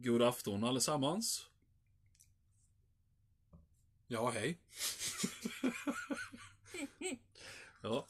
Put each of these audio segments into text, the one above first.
God afton allesammans. Ja, hej. Ja.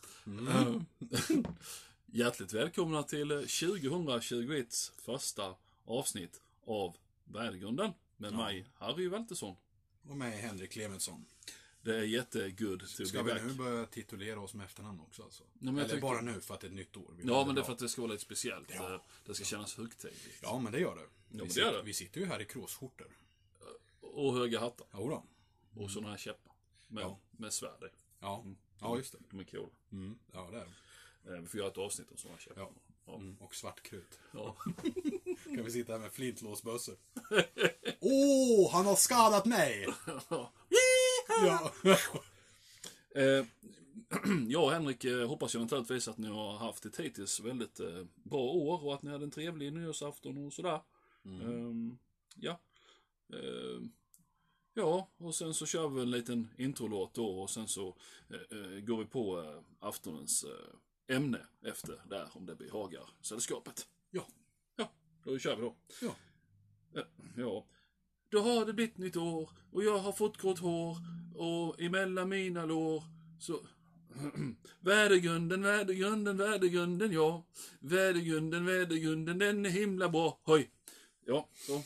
Hjärtligt välkomna till 2021 första avsnitt av Värdegrunden med mig, Harry Waltersson. Och mig, Henrik Clemensson. Det är jättegud. Ska vi nu börja titulera oss med efternamn också alltså? Nej, eller bara nu för att det är ett nytt år? Ja, men det är för att det ska vara lite speciellt. Ja. Det ska kännas högtidligt. Ja, men det gör det. Vi sitter ju här i kråsskjortor. Och höga hattar. Jo då. Och sådana här käppar. Med svärd. Ja. Ja, just det. De är coola. Ja, det är de. Vi får göra ett avsnitt om sådana här käppar. Ja. Och svartkrut. Ja. Kan vi sitta här med flintlåsbössor? Han har skadat mig! Ja. Jag och Henrik hoppas ju naturligtvis att ni har haft ett hittills väldigt bra år och att ni hade en trevlig nyårsafton och sådär. Ja, och sen så kör vi en liten introlåt då och sen så går vi på aftonens ämne efter där om det behagar sällskapet. Ja, då kör vi då. Ja. Då har det blivit nytt år och jag har fått grått hår och emellan mina lår så... Värdegrunden, ja. Värdegrunden, den är himla bra. Hoj. Ja, så.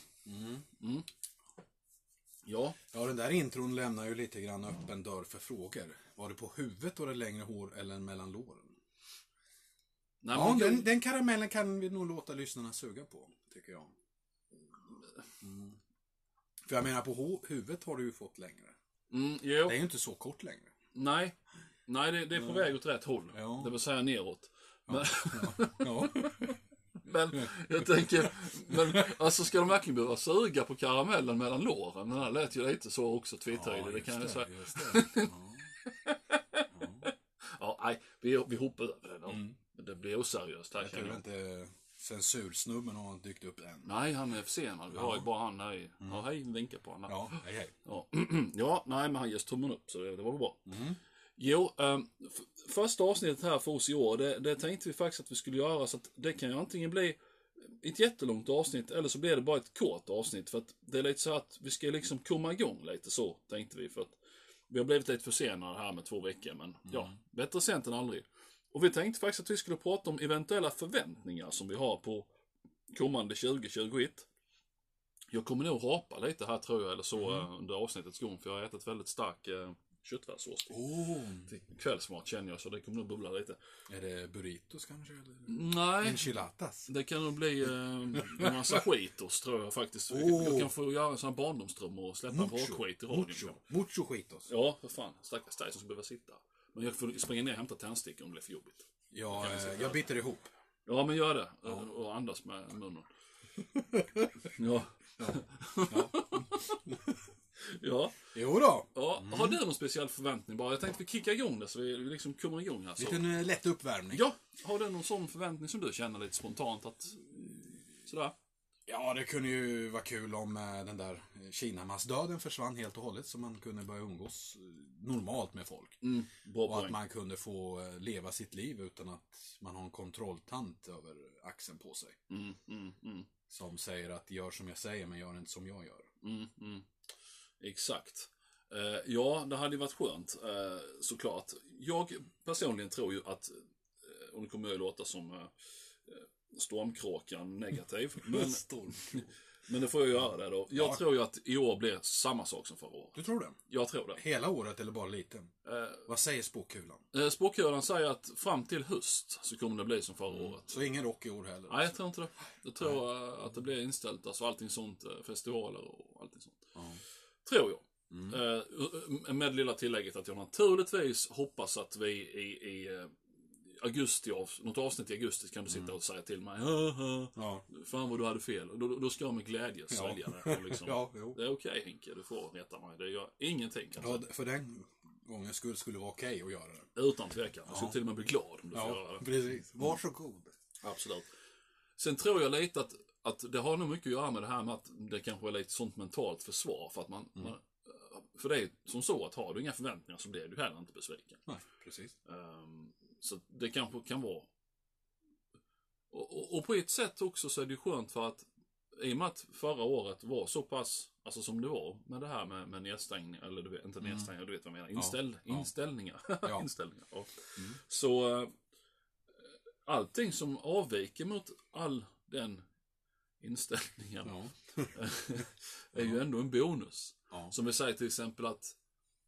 Ja. Ja, den där intron lämnar ju lite grann öppen dörr för frågor. Var det på huvudet och det längre hår eller mellan låren? Nej, ja, den karamellen kan vi nog låta lyssnarna suga på, tycker jag. För jag menar, på huvudet har du ju fått längre. Det är ju inte så kort längre. Nej, det är på väg åt rätt håll. Ja. Det vill säga neråt. Ja. Men jag tänker, alltså ska de verkligen behöva suga på karamellen mellan låren? Den här lät ju lite så också tvetydig, det kan jag säga. Ja, nej, vi hoppar över det då. Det blir oseriöst här. Jag tror inte censursnubben har dykt upp än. Nej, han är försenad. Vi har ju bara han här i. Ja, hej, vinkar på honom. Ja, hej. Ja, nej, men han ger tummen upp så det var bra. Jo, första avsnittet här för oss i år, det tänkte vi faktiskt att vi skulle göra så att det kan ju antingen bli ett jättelångt avsnitt eller så blir det bara ett kort avsnitt för att det är lite så att vi ska liksom komma igång lite så, tänkte vi, för att vi har blivit lite försenade här med 2 veckor, men bättre sent än aldrig. Och vi tänkte faktiskt att vi skulle prata om eventuella förväntningar som vi har på kommande 2021. Jag kommer nog rapa lite här tror jag, eller så under avsnittets gång, för jag har ätit väldigt stark köttfärssås till kvällsmat känner jag, så det kommer nog bubbla lite. Är det burritos kanske? Eller? Nej. Enchiladas? Det kan nog bli en massa skitos tror jag faktiskt. Jag kan få göra en sån här barndomsdröm och släppa en skit i radion. Mucho skitos. Ja, för fan. Stackars dig som ska behöva sitta. Men jag får springa ner och hämta tändstickor om det blir för jobbigt. Ja, jag biter ihop. Ja, men gör det. Och andas med munnen. Ja. Ja. Jo då. Ja, har du någon speciell förväntning bara? Jag tänkte vi kickar igång det så vi liksom kommer igång här. Så. Lite lätt uppvärmning. Ja, har du någon sån förväntning som du känner lite spontant att sådär? Ja, det kunde ju vara kul om den där Kinamassdöden försvann helt och hållet så man kunde börja umgås normalt med folk. Bra och poäng. att man kunde få leva sitt liv utan att man har en kontrolltant över axeln på sig. Som säger att gör som jag säger men gör inte som jag gör. Exakt. Ja, det hade ju varit skönt, såklart. Jag personligen tror ju att, och nu kommer jag låta som stormkråkan negativ, men det får jag göra det då. Jag tror ju att i år blir samma sak som förra året. Du tror det? Jag tror det. Hela året eller bara lite? Vad säger spåkulan? Spåkulan säger att fram till höst så kommer det bli som förra året. Så ingen rock i år heller? Nej, jag tror inte det. Jag tror att det blir inställt, alltså allting sånt, festivaler och allting sånt. Tror jag. Med det lilla tillägget att jag naturligtvis hoppas att vi i augusti, något avsnitt i augusti kan du sitta och säga till mig fan vad du hade fel. Då ska jag med glädje svälja det. Liksom. Det är okej, Henke, du får reta mig. Det gör ingenting. Ja, för den gången skulle det vara okej att göra det. Utan tvekan. Jag skulle till och med bli glad om du får göra det. Precis. Varsågod. Absolut. Sen tror jag lite att det har nog mycket att göra med det här med att det kanske är lite sånt mentalt försvar. För att för det är som så att har du inga förväntningar så blir du heller inte besviken. Nej, precis. Så det kanske kan vara. Och på ett sätt också så är det skönt för att i och med att förra året var så pass, alltså som det var med det här med nedstängning, eller du vet, inte nedstängning, du vet vad jag menar, inställningar. Ja. Inställningar. Ja. Så allting som avviker mot all den inställningen är ju ändå en bonus. Ja. Som vi säger till exempel att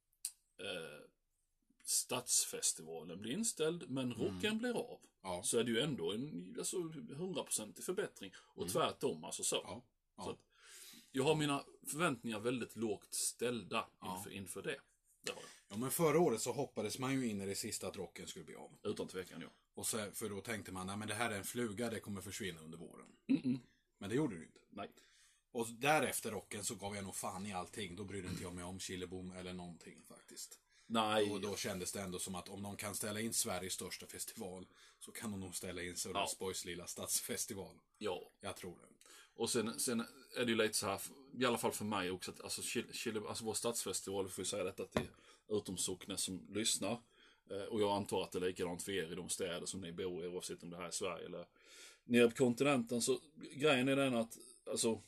Stadsfestivalen blir inställd men rocken blir av. Ja. Så är det ju ändå en 100% förbättring. Och tvärtom, alltså så. Ja. Ja. Så att jag har mina förväntningar väldigt lågt ställda inför det. Det har jag. Ja, men förra året så hoppades man ju in i det sista att rocken skulle bli av. Utan tvekan, ja. Och så, för då tänkte man, nej men det här är en fluga, det kommer försvinna under våren. Men det gjorde det inte. Nej. Och därefter rocken så gav jag nog fan i allting. Då brydde inte jag mig om Killebom eller någonting faktiskt. Nej. Och då kändes det ändå som att om de kan ställa in Sveriges största festival så kan de nog ställa in Sölvesborgs lilla stadsfestival. Ja. Jag tror det. Och sen är det ju lite så här, i alla fall för mig också, att alltså, alltså vår stadsfestival, får ju säga detta till utomsocknes som lyssnar. Och jag antar att det är likadant för er i de städer som ni bor i, oavsett om det här är Sverige eller nere på kontinenten. Så grejen är den att, alltså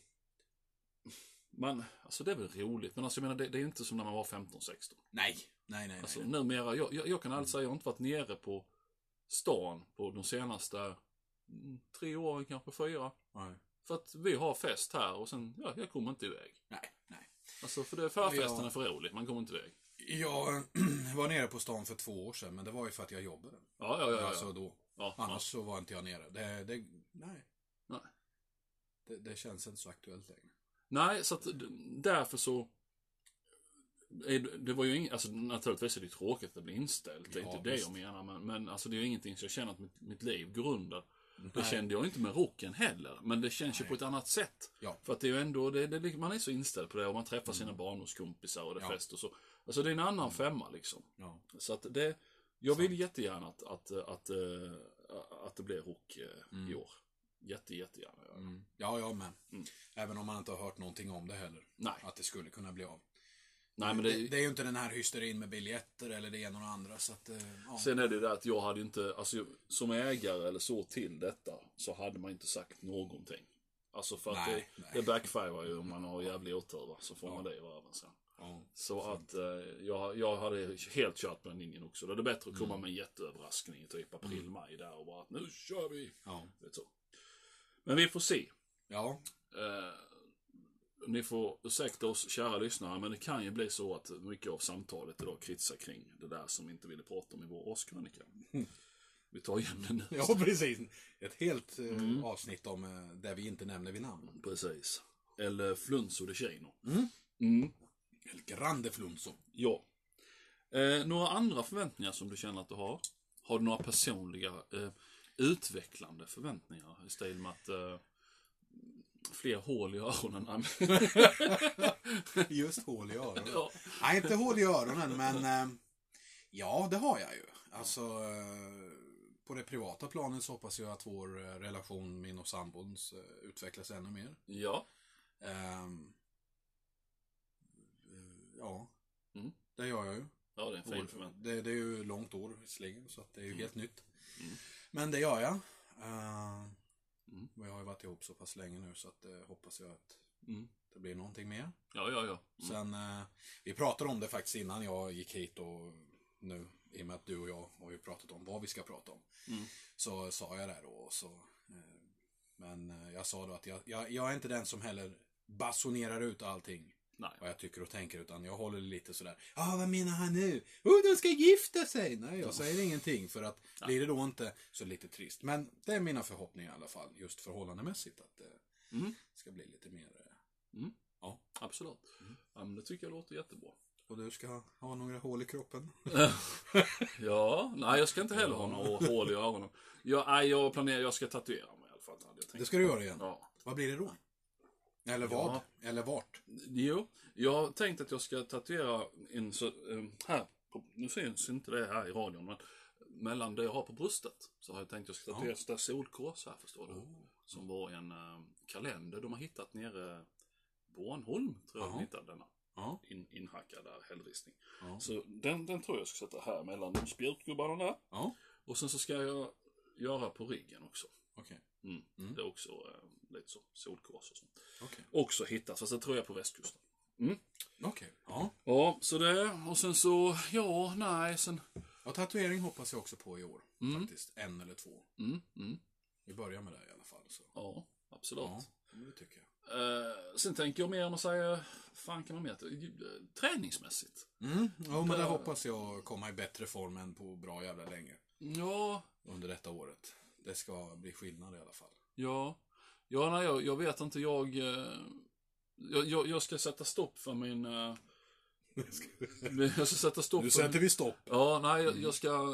det är väl roligt, men alltså jag menar, det är inte som när man var 15-16. Nej. Alltså numera, jag kan alltså säga, jag har inte varit nere på stan på de senaste 3 åren, kanske 4. Nej. För att vi har fest här och sen, jag kommer inte iväg. Nej. Alltså för förfesten är för roligt, man kommer inte iväg. Jag var nere på stan för 2 år sedan, men det var ju för att jag jobbade. Ja. Alltså då. Annars så var inte jag nere. Nej. Det känns inte så aktuellt längre. Nej, så att därför så det var ju inget, alltså naturligtvis är det tråkigt att det blir inställt. Det är inte det jag menar, men alltså det är ju ingenting som jag känner att mitt liv grundar. Det kände jag inte med rocken heller, men det känns ju på ett annat sätt. Ja. För att det är ju ändå, man är så inställd på det och man träffar sina barndomskompisar och det är fest och så. Alltså det är en annan femma liksom. Ja. Så att jag vill jättegärna att det blir rock i år. Jättegärna. Ja, men. Även om man inte har hört någonting om det heller. Nej. Att det skulle kunna bli av. Nej, men det är ju inte den här hysterin med biljetter eller det ena och det andra. Så att, Sen är det där att jag hade inte, alltså som ägare eller så till detta, så hade man inte sagt någonting. Alltså för att det backfire ju om man har jävlig otur, va? Så får man det i varven sen. Ja, så att jag hade helt kört på den linjen också. Då är det bättre att komma med en jätteöverraskning typ april-maj där och bara, nu kör vi. Ja. Vet så. Men vi får se. Ja. Ni får ursäkta oss, kära lyssnare, men det kan ju bli så att mycket av samtalet idag kritsar kring det där som vi inte ville prata om i vår årskrönika. Vi tar igen den nu. Ja, precis. Ett helt avsnitt om där vi inte nämner vid namn. Precis. Eller Flunso de Chino. El grande Flunso. Ja. Några andra förväntningar som du känner att du har? Har du några personliga utvecklande förväntningar i stil med att fler hål i öronen? Just hål i öronen. Ja. Nej, inte hål i öronen, men ja, det har jag ju. Alltså, på det privata planet så hoppas jag att vår relation, min och sambons, utvecklas ännu mer. Ja. Ja, det gör jag ju. Ja, det är en fin förväntning. Det är ju långt år visserligen, så att det är ju helt nytt. Men det gör jag. Och jag har ju varit ihop så pass länge nu så att hoppas jag att det blir någonting mer. Ja. Sen, vi pratade om det faktiskt innan jag gick hit och nu, i och med att du och jag har ju pratat om vad vi ska prata om. Så sa jag det då och så. Men jag sa då att jag är inte den som heller basunerar ut allting. Nej. Vad jag tycker och tänker, utan jag håller lite sådär. Vad menar han nu? De ska gifta sig! Nej, jag säger ingenting, för att blir det då inte så lite trist. Men det är mina förhoppningar i alla fall, just förhållandemässigt, att det ska bli lite mer. Ja, absolut. Ja, men det tycker jag låter jättebra. Och du ska ha några hål i kroppen? Ja, nej, jag ska inte heller ha några hål i ögonen. Jag planerar, jag ska tatuera mig i alla fall. Det ska du göra igen? Ja. Vad blir det då? Eller vad? Ja. Eller vart? Jo, jag har tänkt att jag ska tatuera in så, här, nu syns inte det här i radion, men mellan det jag har på bröstet så har jag tänkt att jag ska tatuera ett där solkors här, förstår du. Som var en kalender de har hittat nere Bornholm, tror jag de hittade denna. Inhackad där, hällristning. Så den tror jag ska sätta här mellan de spjutgubbarna där. Och sen så ska jag göra på ryggen också. Okej. Det är också lite så. Solkors och sånt. Okej. Också hittat, fast det tror jag på västkusten. Okej. Ja. Ja, så det. Och sen så, ja, nej, sen... Och tatuering hoppas jag också på i år. Faktiskt. 1 eller 2. Vi börjar med det i alla fall. Så. Ja, absolut. Ja, det tycker jag. Sen tänker jag mer om att säga, fan kan man mer träningsmässigt. Ja, men där hoppas jag komma i bättre form än på bra jävla länge. Ja. Under detta året. Det ska bli skillnad i alla fall. Ja, nej, jag vet inte, jag ska sätta stopp för min... jag ska sätta stopp. Nu sätter vi stopp. Ja, nej, jag ska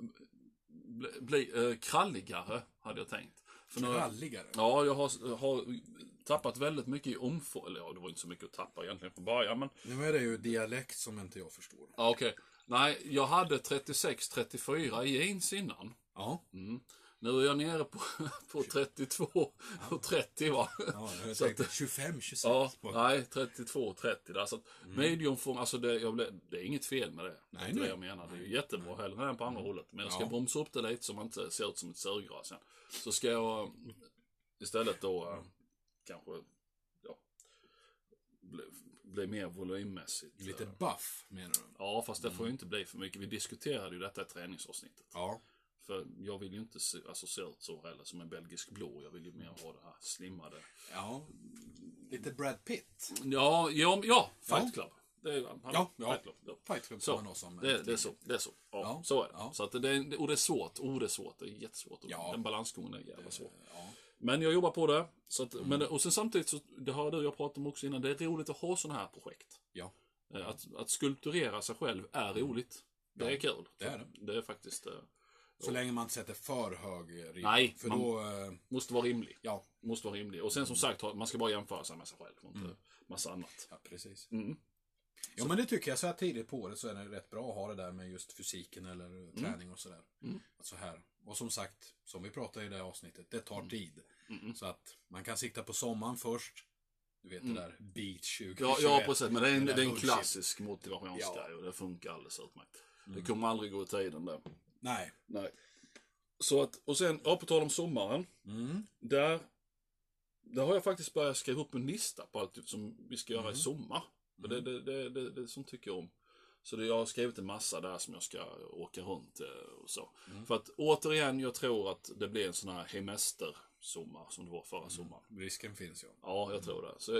bli kralligare, hade jag tänkt. Kralligare? Ja, jag har tappat väldigt mycket i omfång. Eller ja, det var inte så mycket att tappa egentligen från början, men... Nu är det ju dialekt som inte jag förstår. Ja, okej. Nej, jag hade 36-34 i jeans innan. Ja. Nu är jag nere på 32 och 30, va? Ja, jag tänkte 25-26. Ja, nej, 32-30 där. Så att mediumform, alltså det är inget fel med det. Nej, det är det jag menar. Det är ju jättebra hellre än på andra hållet. Men jag ska bromsa upp det lite så man inte ser ut som ett surgras sen. Så ska jag istället då kanske bli mer volymmässigt. Lite buff, menar du? Ja, fast det får ju inte bli för mycket. Vi diskuterade ju detta i träningsavsnittet. Ja. För jag vill ju inte se ut så heller som en belgisk blå. Jag vill ju mer ha det här slimmade. Ja. Lite Brad Pitt. Ja, Fight Club. Det är Fight Club. Fight Club så, kan man som det är så. Ja, så är det. Ja. Så att det är svårt. Det är svårt. Det är jättesvårt. Ja. Den balansgången är jävla svår. Ja. Men jag jobbar på det. Så att, och sen samtidigt, så, det har jag pratat om också innan, det är roligt att ha sådana här projekt. Ja. Att skulpturera sig själv är roligt. Det är kul. Det är det. Det är faktiskt... Så länge man inte sätter för hög ribba. Nej, för man då... måste vara rimlig. Ja. Måste vara rimlig. Och sen som sagt, man ska bara jämföra sig med sig själv. Och inte massa annat. Ja, precis. Ja, men det tycker jag. Så här tidigt på året så är det rätt bra att ha det där med just fysiken eller träning och sådär. Så här. Och som sagt, som vi pratade i det här avsnittet, det tar tid. Så att man kan sikta på sommaren först. Du vet det där beach 2021. Ja, precis. Men det är en klassisk motivationsgrej och det funkar alldeles utmärkt. Det kommer aldrig gå i tiden där. Nej. Så att, och sen, på tal om sommaren. Där har jag faktiskt börjat skriva upp en lista på allt som vi ska göra i sommar. Det sånt tycker jag om. Så jag har skrivit en massa där som jag ska åka runt och så. För att återigen, jag tror att det blir en sån här hemestersommar som det var förra sommaren. Risken finns ju. Ja, jag tror det. Så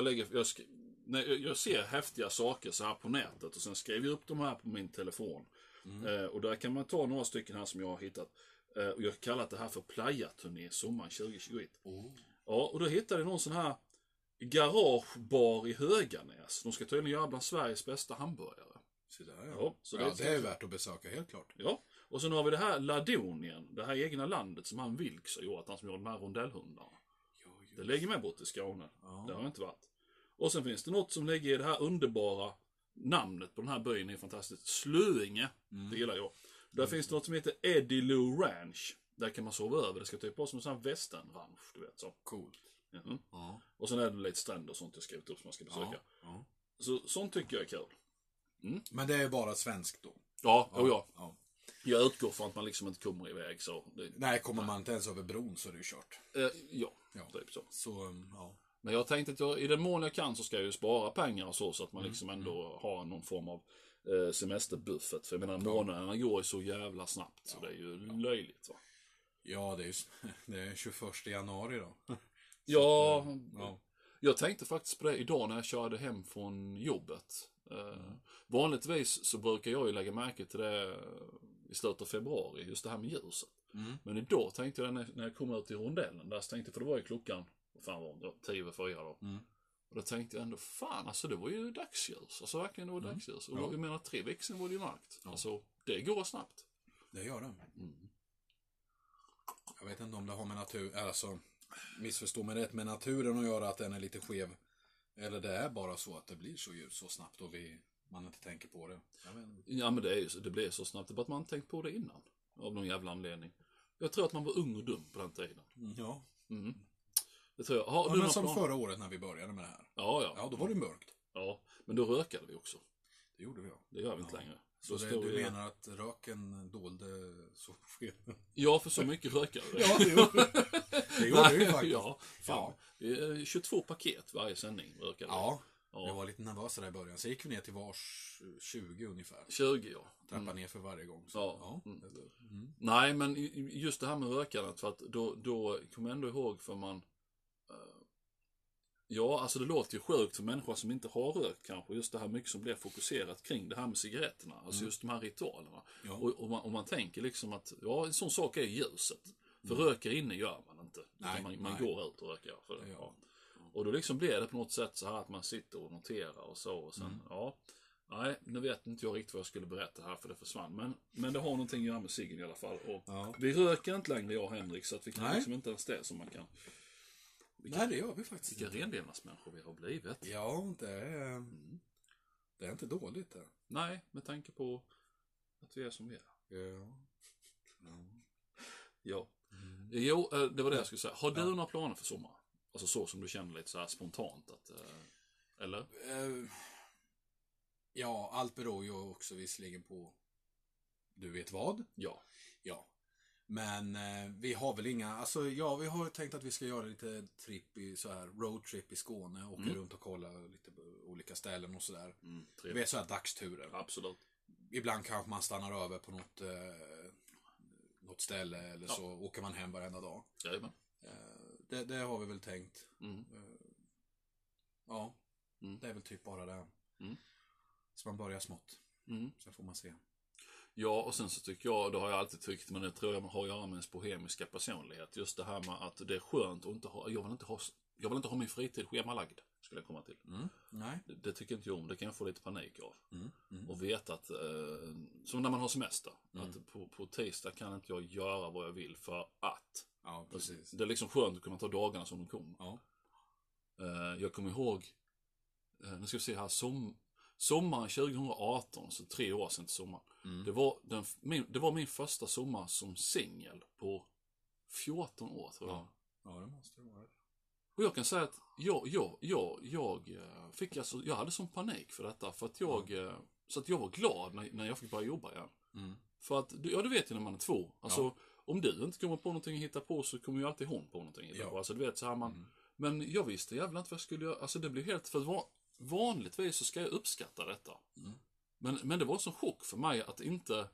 jag ser häftiga saker så här på nätet och sen skriver jag upp de här på min telefon. Och där kan man ta några stycken här som jag har hittat. Och jag kallar det här för Playa-turné sommaren 2021. Ja, och då hittade jag någon sån här garagebar i Höganäs. De ska tydligen göra bland Sveriges bästa hamburgare. Så det är värt att besöka, helt klart. Ja, och sen har vi det här Ladonien, det här egna landet som han Vilks har gjort, han som gjorde de här rondellhundarna. Det ligger med bort i Skåne. Det har jag inte varit. Och sen finns det något som ligger i det här underbara namnet på den här byn, är fantastiskt. Slöinge, det gillar jag. Där finns det något som heter Eddie Lou Ranch. Där kan man sova över, det ska typ vara som en sån här westernranch, du vet så. Coolt. Och sen är det lite stränder och sånt jag skrivit upp som man ska besöka. Så sånt tycker jag är kul. Men det är bara svenskt då? Ja. Jag utgår från att man liksom inte kommer iväg så. Nej, kommer man inte ens över bron så är det ju kört. Ja, typ så. Ja. Men jag tänkte att i den mån jag kan så ska jag ju spara pengar och så att man liksom ändå har någon form av semesterbuffet. För jag menar, månaderna går ju så jävla snabbt så det är ju löjligt, va? Ja, det är 21 januari då. Ja. Jag tänkte faktiskt på det idag när jag körde hem från jobbet. Vanligtvis så brukar jag ju lägga märke till det i slutet av februari, just det här med ljuset. Men idag tänkte jag när jag kom ut i rondellen där, så tänkte jag, för det var ju klockan 10:04 då. Och då tänkte jag ändå, fan alltså det var ju dagsljus. Alltså verkligen det var dagsljus. Och jag menar 3 veckor sedan var det ju mörkt. Alltså det går snabbt. Det gör det. Jag vet inte om det har med natur, alltså missförstå mig rätt, med naturen att göra, att den är lite skev. Eller det är bara så att det blir så ljus så snabbt och man inte tänker på det. Ja, men det blir så snabbt. Det är bara att man inte tänkt på det innan. Av någon jävla anledning. Jag tror att man var ung och dum på den tiden. Ja. Det tror jag. Men som förra året när vi började med det här. Ja, då var det mörkt. Ja, men då rökade vi också. Det gjorde vi, ja. Det gör vi inte längre. Så du menar att röken dolde solskenen? Ja, för så mycket rökare. Ja, det gjorde det ju faktiskt. Ja, fan. 22 paket varje sändning rökade. Ja, jag var lite nervös där i början. Så gick vi ner till vars 20 ungefär. 20, ja. Trappa ner för varje gång. Så. Ja. Nej, men just det här med rökandet, för att då kommer jag ändå ihåg för man... Ja, alltså det låter ju sjukt för människor som inte har rökt kanske. Just det här mycket som blir fokuserat kring det här med cigaretterna. Alltså just de här ritualerna. Ja. Och man tänker liksom att, ja, en sån sak är ljuset. För röker inne gör man inte. Nej, man går ut och röker. För det. Ja. Och då liksom blir det på något sätt så här att man sitter och noterar och så. Och sen, nej, nu vet inte jag riktigt vad jag skulle berätta här för det försvann. Men det har någonting att göra med ciggen i alla fall. Och vi röker inte längre, jag och Henrik, så att vi kan liksom inte ens det som man kan. Nej, det gör vi faktiskt. Vilka renlevnadsmänniskor vi har blivit. Ja, det är inte dåligt det. Nej, med tanke på att vi är som vi är. Ja. Jo, det var det jag skulle säga. Har du några planer för sommar? Alltså så som du känner lite så här spontant att, eller? Ja, allt beror ju också visserligen på du vet vad. Ja. Men vi har väl inga, alltså ja, vi har tänkt att vi ska göra lite roadtrip i Skåne, åka runt och kolla lite på olika ställen och sådär. Vi vet så här dagsturer. Absolut. Ibland kanske man stannar över på något ställe eller så åker man hem varenda dag. Jajamän. Det har vi väl tänkt. Ja, det är väl typ bara det. Så man börjar smått. Sen får man se. Ja, och sen så tycker jag, det har jag alltid tyckt, men det tror jag har att göra med ens bohemiska personlighet. Just det här med att det är skönt att inte ha, jag vill inte ha min fritid schemalagd, skulle jag komma till. Nej. Det tycker inte jag om, det kan jag få lite panik av. Och veta att, som när man har semester, att på tisdag kan inte jag göra vad jag vill för att. Ja, precis. Det är liksom skönt att kunna ta dagarna som de kommer. Ja. Jag kommer ihåg, nu ska vi se här, sommaren 2018, så 3 år sedan till sommaren. Det var min första sommar som singel på 14 år, tror jag. Ja, det måste det vara. Och jag kan säga att jag fick alltså, jag hade sån panik för detta, för att så att jag var glad när jag fick börja jobba igen. För att, ja, du vet ju när man är 2. Alltså, om du inte kommer på någonting att hitta på, så kommer ju alltid hon på någonting att hitta på. Alltså, du vet så här man. Men jag visste jävla inte vad jag skulle göra. Alltså, det blev helt, för vanligtvis så ska jag uppskatta detta. Men det var en sån chock för mig att inte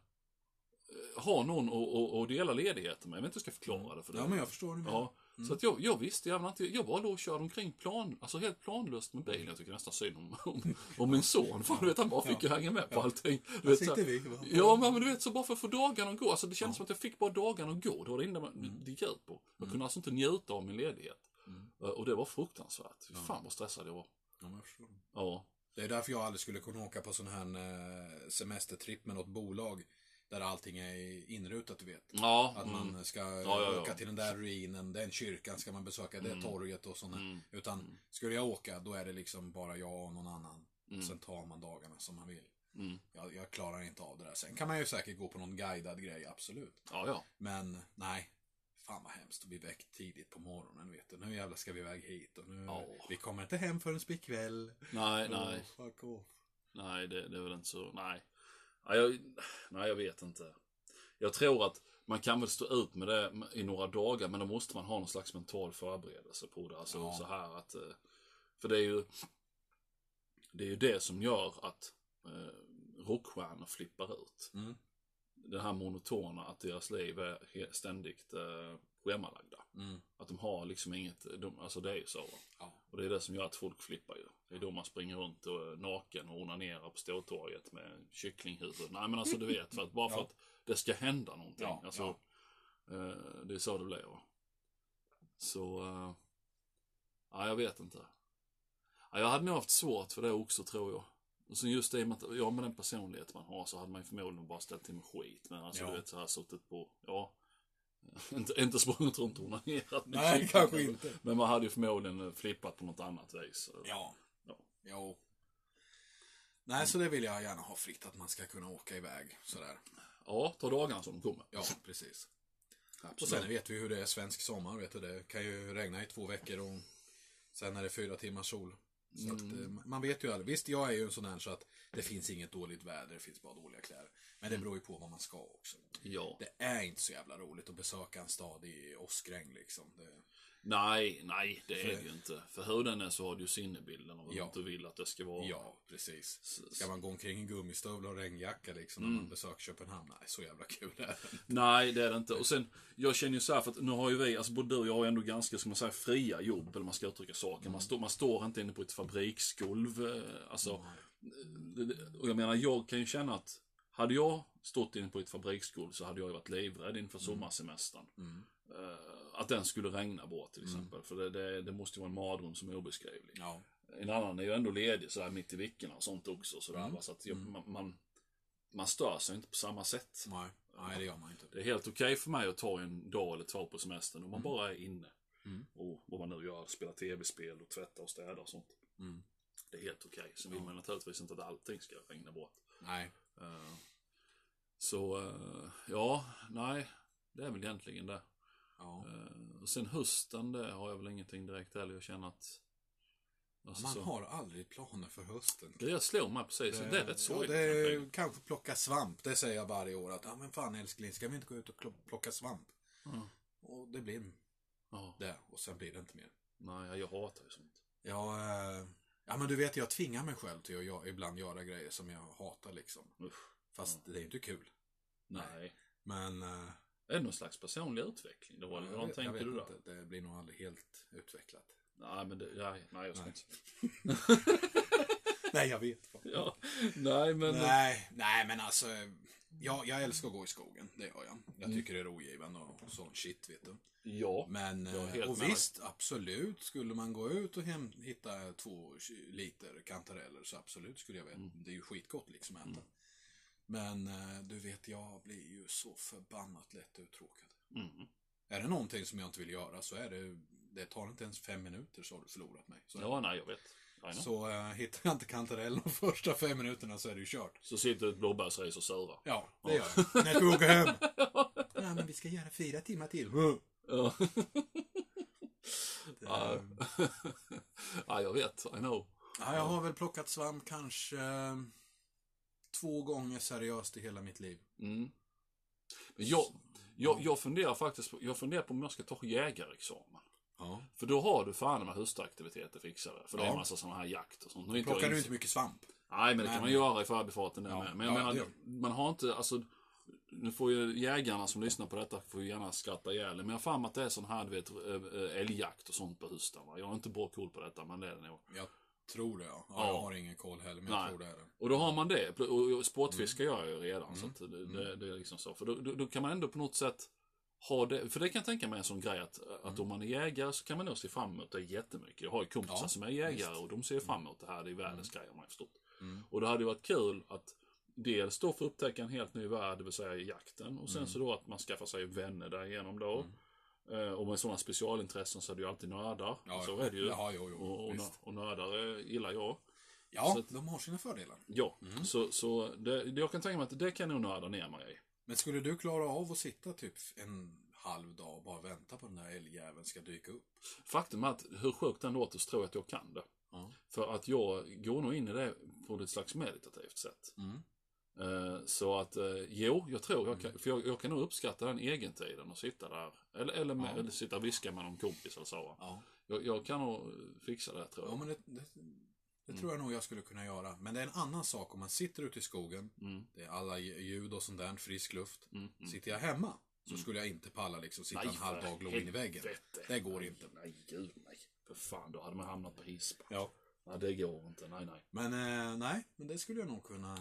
ha någon att dela ledigheten med. Jag vet inte hur jag ska förklara det för det. Ja, men jag förstår det. Ja. Så att jag visste jävla inte. Jag var då och körde omkring alltså helt planlöst med bilen. Jag tycker nästan synd om min son. För du vet, han bara fick ju hänga med på allting. Du vet, men du vet, så bara för att få dagarna att gå. Alltså det kändes som att jag fick bara dagarna att gå. Det var det enda det gick ut på. Jag kunde alltså inte njuta av min ledighet. Och det var fruktansvärt. Fan vad stressad jag var. Ja, men jag förstår. Ja. Det är därför jag aldrig skulle kunna åka på sån här semestertripp med något bolag där allting är inrutat, du vet. Ja. Att man ska åka till den där ruinen, den kyrkan ska man besöka, det torget och sånt. Utan skulle jag åka, då är det liksom bara jag och någon annan. Sen tar man dagarna som man vill. Jag klarar inte av det där. Sen kan man ju säkert gå på någon guidad grej, absolut. Ja. Men nej. Fan vad hemskt att bli väckt tidigt på morgonen, vet du. Nu jävlar ska vi iväg hit och nu vi kommer inte hem förrän spikväll. Nej. Fuck off. Nej, det är väl inte så. Nej, jag vet inte. Jag tror att man kan väl stå ut med det i några dagar, men då måste man ha någon slags mental förberedelse på det. Alltså så här att, för det är ju det som gör att rockstjärnor flippar ut. Det här monotona, att deras liv är ständigt schemalagda. Att de har liksom inget, alltså det är ju så. Och det är det som gör att folk flippar ju. Det är då man springer runt och naken och onanerar på Ståtorget med kycklinghuvud. Nej, men alltså du vet, för att det ska hända någonting. Alltså, det är så det blir. Så, jag vet inte. Jag hade nog haft svårt för det också, tror jag. Och så just det med den personlighet man har, så hade man ju förmodligen bara ställt till med skit. Men alltså du vet, så här suttit på, inte sprungit runt och onanerat. Nej, kanske inte. Men man hade ju förmodligen flippat på något annat vis. Ja. Nej, så det vill jag gärna ha fritt, att man ska kunna åka iväg sådär. Ja, ta dagarna som de kommer. Ja, precis. Absolut. Och sen vet vi hur det är svensk sommar, vet du. Det kan ju regna i 2 veckor och sen är det 4 timmars sol. Så att, man vet ju aldrig. Visst, jag är ju en sån här så att det finns inget dåligt väder, det finns bara dåliga kläder. Men det beror ju på vad man ska också. Ja. Det är inte så jävla roligt att besöka en stad i åskregn liksom. Nej, det är det ju inte. För hur den är så har du ju sinnebilden av vad du vill att det ska vara. Ja, precis. Ska man gå omkring i gummistövlar och regnjacka liksom när man besöker Köpenhamn? Nej, så jävla kul är det inte. Nej, det är det inte. Och sen, jag känner ju så här, för att nu har ju vi, alltså både du och jag har ändå ganska, ska man säga, fria jobb, eller man ska uttrycka saker. Man står inte inne på ett fabriksgolv, alltså. Och jag menar, jag kan ju känna att hade jag stått inne på ett fabriksgolv så hade jag ju varit livrädd inför sommarsemestern. Att den skulle regna bort till exempel. För det måste ju vara en mardröm som är obeskrivlig. Ja. En annan är ju ändå ledig sådär mitt i veckorna och sånt också. Sådär, så att man stör sig inte på samma sätt. Nej, det gör man inte. Det är helt okej för mig att ta en dag eller två på semestern om man bara är inne. Och vad man nu gör, spela tv-spel och tvätta och städa och sånt. Det är helt okej. Så vill man naturligtvis inte att allting ska regna bort. Nej. Nej, det är väl egentligen det. Ja. Och sen hösten, det har jag väl ingenting direkt heller. Jag känner att man har aldrig planer för hösten. Det slår mig precis. Det är rätt sorgligt. Det är kanske plocka svamp. Det säger jag varje år. Att men fan älskling, ska vi inte gå ut och plocka svamp? Och det blir det. Och sen blir det inte mer. Nej, jag hatar ju sånt. Ja, men du vet, jag tvingar mig själv till att ibland göra grejer som jag hatar liksom. Fast det är inte kul. Nej. Men är det någon slags personlig utveckling då? Eller vad tänker du då? Inte. Det blir nog aldrig helt utvecklat. Nej, men nej, jag ska inte. Nej, jag vet. Ja. Nej, men alltså jag älskar att gå i skogen, det gör jag. Jag tycker det är rogivande och sån shit, vet du. Ja. Men och visst, absolut skulle man gå ut och hitta 2 liter kantareller så absolut skulle jag veta. Det är ju skitgott liksom att äta. Men du vet, jag blir ju så förbannat lätt uttråkad. Är det någonting som jag inte vill göra så är det tar inte ens 5 minuter så har du förlorat mig. Så nej, jag vet. Så hittar jag inte kantarellen de första 5 minuterna så är det ju kört. Så sitter ett blåbärsris och surrar. Ja, det gör jag. När jag ska åka hem. Ja, men vi ska göra 4 timmar till. Ja. Ja, jag vet. I know. Ja, jag har väl plockat svamp kanske 2 gånger seriöst i hela mitt liv. Jag funderar på om jag ska ta jägarexamen. Ja. För då har du fan med höstaktiviteter fixade. För det är en massa sådana här jakt och sånt. Plockar du inte mycket svamp? Nej, men det kan man göra i förbifarten där med. Men jag menar, man har inte, alltså, nu får ju jägarna som lyssnar på detta får ju gärna skratta ihjäl. Men jag har fan att det är sån här, du vet, älgjakt och sånt på hösten. Va? Jag har inte bra koll på detta, men det är det nog. Jag tror det, ja. Jag har ingen koll heller, men jag tror det är det. Och då har man det. Och sportfiska gör jag ju redan. Så att det är liksom så. För då kan man ändå på något sätt ha det. För det kan jag tänka mig en sån grej att om man är jägare så kan man nog se fram emot det jättemycket. Jag har ju kompisar som är jägare och de ser fram emot det här. Det är världens grej, om man har förstått. Och det hade ju varit kul att dels då få upptäcka en helt ny värld, det vill säga jakten. Och sen så då att man skaffar sig vänner därigenom då. Och med sådana specialintressen så är det ju alltid nördar. Ja, så är det ju. Ja, och nördar gillar jag. Ja, så de har sina fördelar. Ja, så jag kan tänka mig att det kan nog nörda ner mig i. Men skulle du klara av att sitta typ en halv dag och bara vänta på den där älgjäveln ska dyka upp? Faktum är att hur sjukt den låter så tror jag att jag kan det. För att jag går nog in i det på ett slags meditativt sätt. Så att, jag tror jag kan, för jag kan nog uppskatta den egentiden och sitta där. Eller sitta och viska med någon kompis eller så. Jag kan nog fixa det, tror jag. Ja, men det tror jag nog jag skulle kunna göra. Men det är en annan sak om man sitter ute i skogen. Det är alla ljud och sånt där, frisk luft. Sitter jag hemma så skulle jag inte palla liksom sitta en halv dag och in i väggen. Det går inte. Nej, gud nej. För fan, då hade man hamnat på hispa. Ja. Nej, det går inte. Nej. Men det skulle jag nog kunna.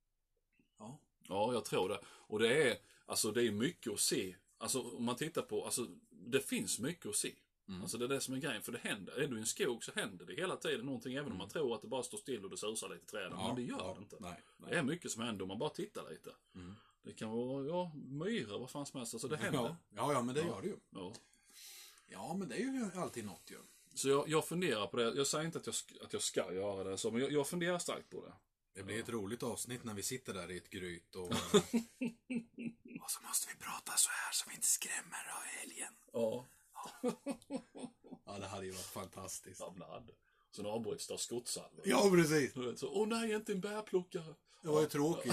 Ja, jag tror det. Och det är mycket att se. Alltså, om man tittar på, alltså, det finns mycket att se. Alltså, det är det som är grejen, för det händer. Är du i en skog så händer det hela tiden någonting, även om man tror att det bara står still och det susar lite i träden. Men det gör det inte. Nej. Det är mycket som händer om man bara tittar lite. Det kan vara, myror, vad fan som helst. Alltså, det händer. Ja, men det gör det ju. Ja, men det är ju alltid något ju. Så jag funderar på det. Jag säger inte att jag ska göra det, så, men jag funderar starkt på det. Det blir ett roligt avsnitt när vi sitter där i ett gryt och och så måste vi prata så här så vi inte skrämmer av älgen. Ja. Ja, det hade ju varit fantastiskt. Ja, Sen avbryts det av skottsalvor. Ja, precis. Så, nej, inte en bärplockare. Det var ju tråkigt.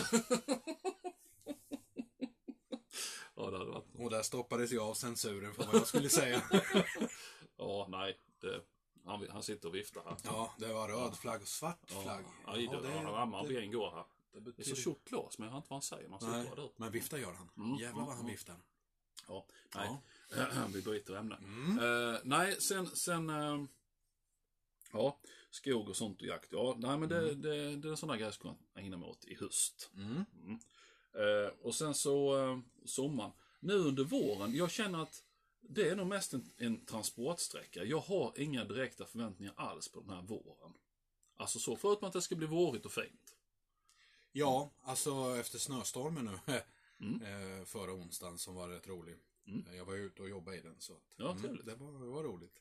Ja, det hade varit. Och där stoppades jag av censuren för vad jag skulle säga. Ja, nej. Han sitter och viftar här. Ja, det var röd flagg och svart flagg. Ja, han rammar ben går här. Det är så tjockt lås, men jag hör inte vad han säger. Man Nej, ut. men vifta gör han. Jävlar vad han viftar. Ja, nej. Vi byter ämne. Nej, sen ja, skog och sånt och jakt. Ja, nej, men det är sådana grejer som jag ägnar mig åt i höst. Och sen så sommaren. Nu under våren, jag känner att det är nog mest en transportsträcka. Jag har inga direkta förväntningar alls på den här våren. Alltså så, förutom att det ska bli vårigt och fint. Ja, alltså efter snöstormen nu förra onsdagen som var rätt rolig. Jag var ute och jobbade i den så att, det var roligt.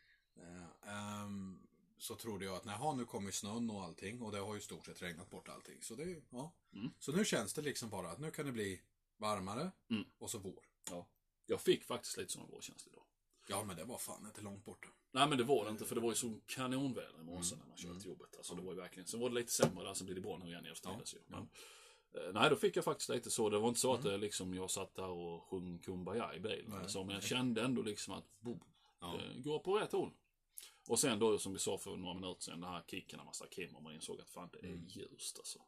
Så trodde jag att nu kommer snön och allting och det har ju stort sett regnat bort allting. Så det så nu känns det liksom bara att nu kan det bli varmare och så vår. Ja. Jag fick faktiskt lite sån vårkänsla idag. Ja, men det var fan inte långt borta. Nej, men det var det inte, för det var ju så kanonväder i morse när man körde till jobbet. Alltså det var ju verkligen, så var det lite sämre där, så blir det bra nu igen i eftermiddags ju. Men, nej, då fick jag faktiskt lite så. Det var inte så att det liksom, jag satt där och sjöng Kumbaya i bilen. Alltså, men jag kände ändå liksom att det går på rätt håll. Och sen då, som vi sa för några minuter sedan, den här kicken när man stack hem och man insåg att fan, det är ljust alltså.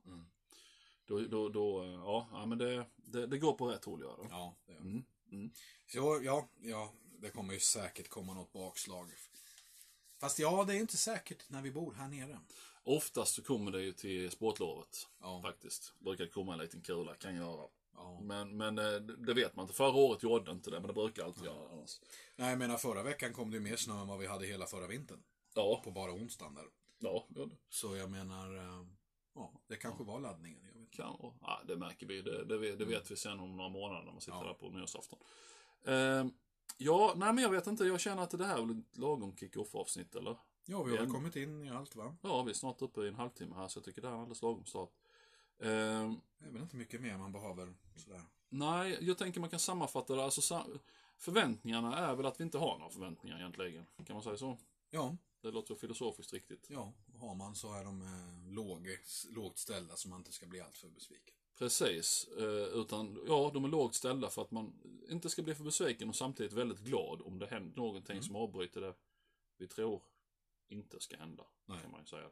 Ja, men det går på rätt håll, gör det. Ja, det gör. Så ja, det kommer ju säkert komma något bakslag. Fast det är inte säkert när vi bor här nere. Oftast så kommer det ju till sportlovet faktiskt. Brukar komma en liten kula, kan göra. Ja. Men det vet man inte. Förra året gjorde inte det, men det brukar alltid göra annars. Nej, jag menar förra veckan kom det mer snö än vad vi hade hela förra vintern. Ja. På bara onsdagen där. Ja. Så jag menar, det kanske var laddningen. Jag vet. Ja, det märker vi. Det vet vi sen om några månader när man sitter där på nyårsafton. Nej, men jag vet inte. Jag känner att det här är väl ett lagom kick-off-avsnitt, eller? Ja, vi har väl kommit in i allt, va? Ja, vi är snart uppe i en halvtimme här, så jag tycker det här är alldeles lagom start. Det är väl inte mycket mer man behöver sådär. Nej, jag tänker man kan sammanfatta det. Alltså, förväntningarna är väl att vi inte har några förväntningar egentligen. Kan man säga så? Ja. Det låter filosofiskt riktigt. Ja, har man så är de lågt ställda så man inte ska bli alltför besviken. Precis, utan de är lågt ställda för att man inte ska bli för besviken och samtidigt väldigt glad om det händer någonting som avbryter det vi tror inte ska hända. Nej. Kan man ju säga.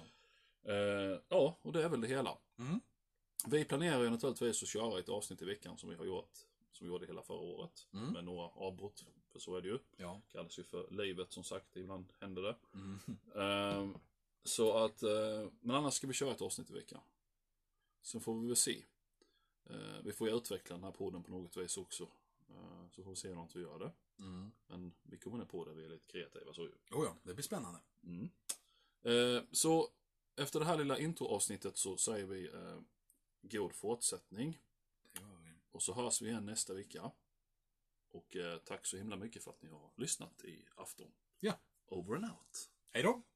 Och det är väl det hela. Vi planerar ju naturligtvis att köra ett avsnitt i veckan som vi har gjort, som vi gjorde hela förra året med några avbrott, för så är det ju. Ja. Kallas ju för livet, som sagt, ibland händer det. Så att, men annars ska vi köra ett avsnitt i veckan. Sen får vi väl se. Vi får ju utveckla den här podden på något vis också. Så får vi se hur vi gör det. Men vi kommer ner på det, vi är lite kreativa. Så ju. Ja, det blir spännande. Så efter det här lilla introavsnittet så säger vi god fortsättning. Och så hörs vi igen nästa vecka. Och tack så himla mycket för att ni har lyssnat i afton. Ja. Over and out. Hej då!